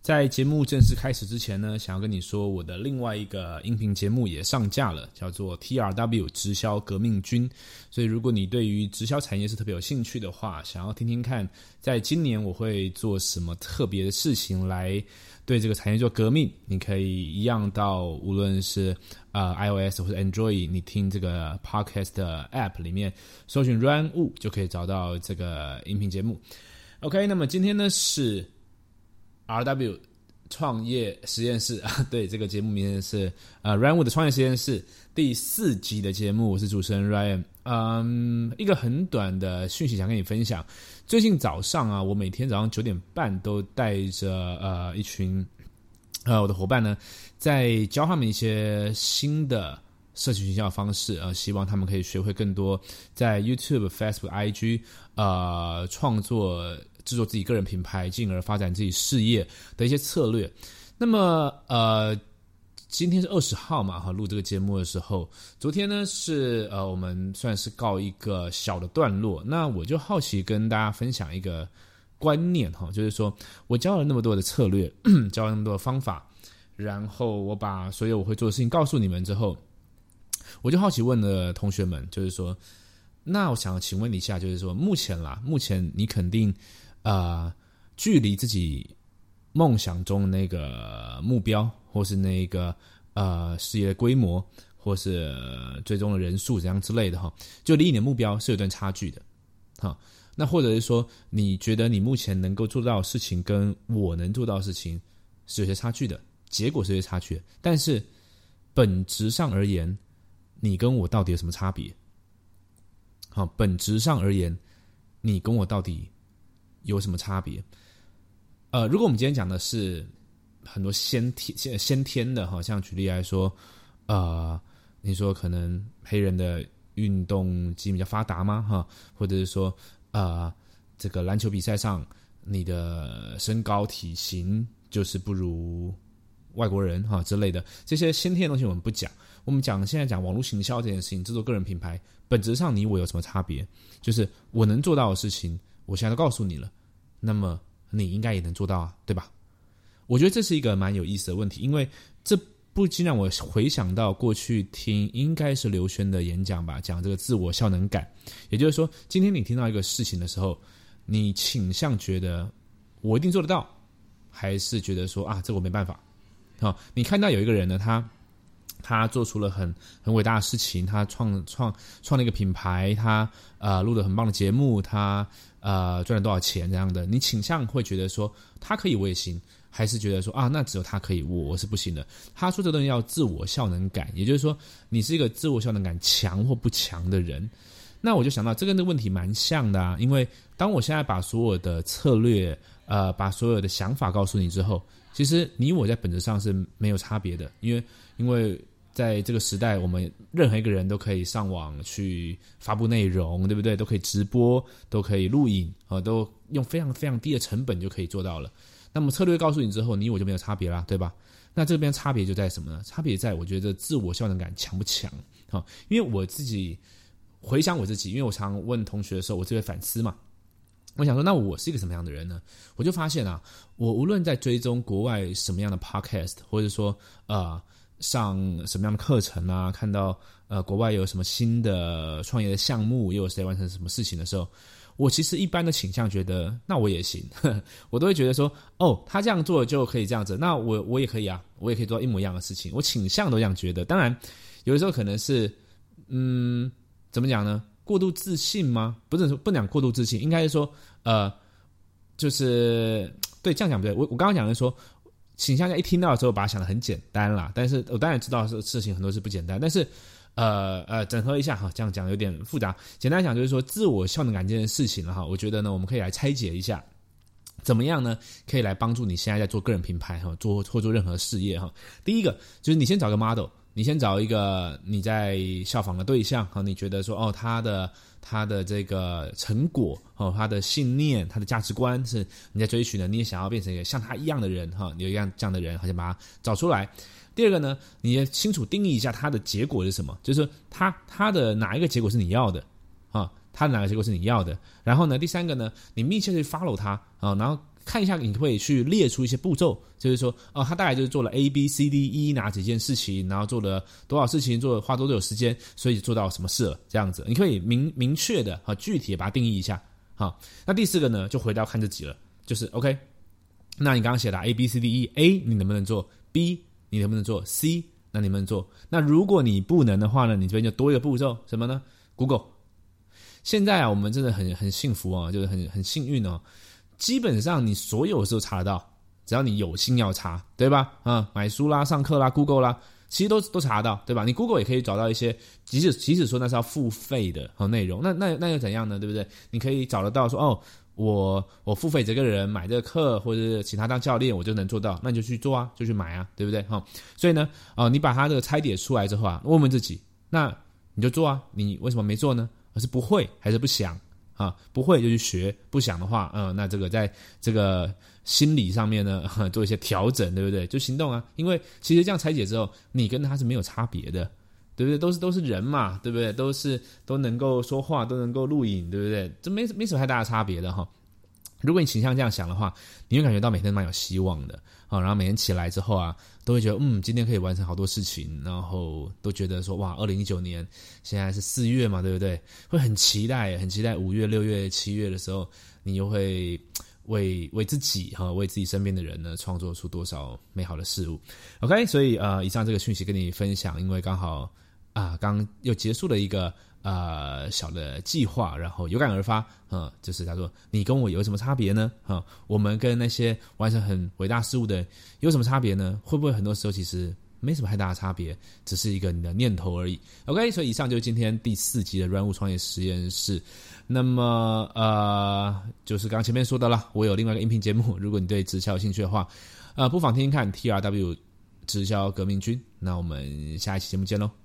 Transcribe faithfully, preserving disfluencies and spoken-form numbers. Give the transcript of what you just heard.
在节目正式开始之前呢，想要跟你说我的另外一个音频节目也上架了，叫做 T R W 直销革命军。所以如果你对于直销产业是特别有兴趣的话，想要听听看在今年我会做什么特别的事情来对这个产业做革命，你可以一样到无论是呃 iOS 或者 Android 你听这个 Podcast 的 App 里面搜寻 Run Wu 就可以找到这个音频节目。 OK， 那么今天呢是R W 创业实验室啊，对，这个节目名称是呃 Ryan Wu 的创业实验室第四集的节目，我是主持人 Ryan。嗯，一个很短的讯息想跟你分享。最近早上啊，我每天早上九点半都带着呃一群呃我的伙伴呢，在教他们一些新的社群营销的方式，呃，希望他们可以学会更多在 YouTube、Facebook、I G 呃创作。制作自己个人品牌，进而发展自己事业的一些策略。那么，呃，今天是二十号嘛，哈，录这个节目的时候，昨天呢是呃，我们算是告一个小的段落。那我就好奇跟大家分享一个观念哈，就是说我教了那么多的策略，教了那么多的方法，然后我把所有我会做的事情告诉你们之后，我就好奇问了同学们，就是说，那我想请问一下，就是说，目前啦，目前你肯定。呃，距离自己梦想中的那个目标，或是那个呃事业的规模，或是、呃、最终的人数怎样之类的哈，就离你的目标是有段差距的，哈。那或者是说，你觉得你目前能够做到的事情，跟我能做到的事情是有些差距的，结果是有些差距的，但是本质上而言，你跟我到底有什么差别？好，本质上而言，你跟我到底有什么差别？呃，如果我们今天讲的是很多先天先天的哈，像举例来说，呃，你说可能黑人的运动基因比较发达吗？哈，或者是说，呃，这个篮球比赛上你的身高体型就是不如外国人哈之类的，这些先天的东西我们不讲。我们讲现在讲网络行销这件事情，制作个人品牌，本质上你我有什么差别？就是我能做到的事情。我现在都告诉你了，那么你应该也能做到啊，对吧？我觉得这是一个蛮有意思的问题，因为这不禁让我回想到过去听应该是刘轩的演讲吧，讲这个自我效能感。也就是说，今天你听到一个事情的时候，你倾向觉得我一定做得到，还是觉得说啊，这我没办法？好，你看到有一个人呢，他他做出了很很伟大的事情，他创创创了一个品牌，他呃录了很棒的节目，他呃赚了多少钱这样的，你倾向会觉得说他可以我也行，还是觉得说啊那只有他可以我我是不行的？他说这东西要自我效能感，也就是说你是一个自我效能感强或不强的人。那我就想到这跟这个问题蛮像的啊，因为当我现在把所有的策略呃把所有的想法告诉你之后，其实你我在本质上是没有差别的，因为因为在这个时代，我们任何一个人都可以上网去发布内容，对不对？都可以直播，都可以录影，呃，都用非常非常低的成本就可以做到了。那么策略告诉你之后，你我就没有差别啦，对吧？那这边差别就在什么呢？差别在我觉得自我效能感强不强？好，因为我自己回想我自己，因为我常问同学的时候，我就会反思嘛。我想说，那我是一个什么样的人呢？我就发现啊，我无论在追踪国外什么样的 podcast， 或者说呃。上什么样的课程啊，看到呃国外有什么新的创业的项目，又有谁完成什么事情的时候，我其实一般的倾向觉得那我也行，呵呵，我都会觉得说哦他这样做就可以这样子，那我我也可以啊，我也可以做到一模一样的事情，我倾向都这样觉得。当然有的时候可能是嗯怎么讲呢，过度自信吗？不是，不讲过度自信，应该是说呃就是对，这样讲不对，我我刚刚讲的是说倾向在一听到的时候把它想得很简单啦，但是我当然知道事情很多是不简单，但是呃呃整合一下哈，这样讲有点复杂。简单讲就是说自我效能感这件事情了哈，我觉得呢我们可以来拆解一下，怎么样呢可以来帮助你现在在做个人品牌哈，做或做任何事业哈。第一个就是你先找个 model， 你先找一个你在效仿的对象哈，你觉得说哦他的他的这个成果哦，他的信念，他的价值观是你在追寻的，你也想要变成一个像他一样的人哈，有一样这样的人，好像把他找出来。第二个呢，你也清楚定义一下他的结果是什么，就是说他他的哪一个结果是你要的啊，他的哪个结果是你要的。然后呢，第三个呢，你密切去 follow 他啊，然后看一下，你会去列出一些步骤，就是说，哦，他大概就是做了 A B C D E 哪几件事情，然后做了多少事情，做了花多久时间，所以做到什么事了，这样子，你可以明明确的和具体的把它定义一下。好，那第四个呢，就回到看自己了，就是 OK。那你刚刚写的 A B C D E，A 你能不能做 ，B 你能不能做 ，C 那你能不能做？那如果你不能的话呢，你这边就多一个步骤，什么呢 ？Google。现在啊，我们真的很很幸福哦，就是很很幸运哦。基本上你所有事都查得到，只要你有心要查，对吧？啊、嗯，买书啦、上课啦、Google 啦，其实都都查得到，对吧？你 Google 也可以找到一些，即使即使说那是要付费的和内容，那那那又怎样呢？对不对？你可以找得到说，哦，我我付费这个人买这个课，或者是请他当教练，我就能做到，那你就去做啊，就去买啊，对不对？哈、哦，所以呢，哦，你把它这个拆解出来之后啊，问问自己，那你就做啊，你为什么没做呢？而是不会还是不想啊？不会就去学，不想的话，嗯，那这个在这个心理上面呢，做一些调整，对不对？就行动啊，因为其实这样拆解之后，你跟他是没有差别的，对不对？都是都是人嘛，对不对？都是都能够说话，都能够录影，对不对？这没没什么太大的差别的哈。如果你倾向这样想的话，你会感觉到每天蛮有希望的啊，然后每天起来之后啊，都会觉得嗯，今天可以完成好多事情，然后都觉得说哇，二零一九年现在是四月嘛，对不对？会很期待，很期待五月、六月、七月的时候，你又会为为自己哈，为自己身边的人呢，创作出多少美好的事物。OK， 所以呃，以上这个讯息跟你分享，因为刚好啊，刚又结束了一个呃小的计划，然后有感而发，嗯，就是他说你跟我有什么差别呢？嗯，我们跟那些完成很伟大事物的有什么差别呢？会不会很多时候其实没什么太大的差别，只是一个你的念头而已。OK， 所以以上就是今天第四集的软物创业实验室。那么呃，就是刚刚前面说的了，我有另外一个音频节目，如果你对直销有兴趣的话，呃，不妨听听看 T R W 直销革命军。那我们下一期节目见喽。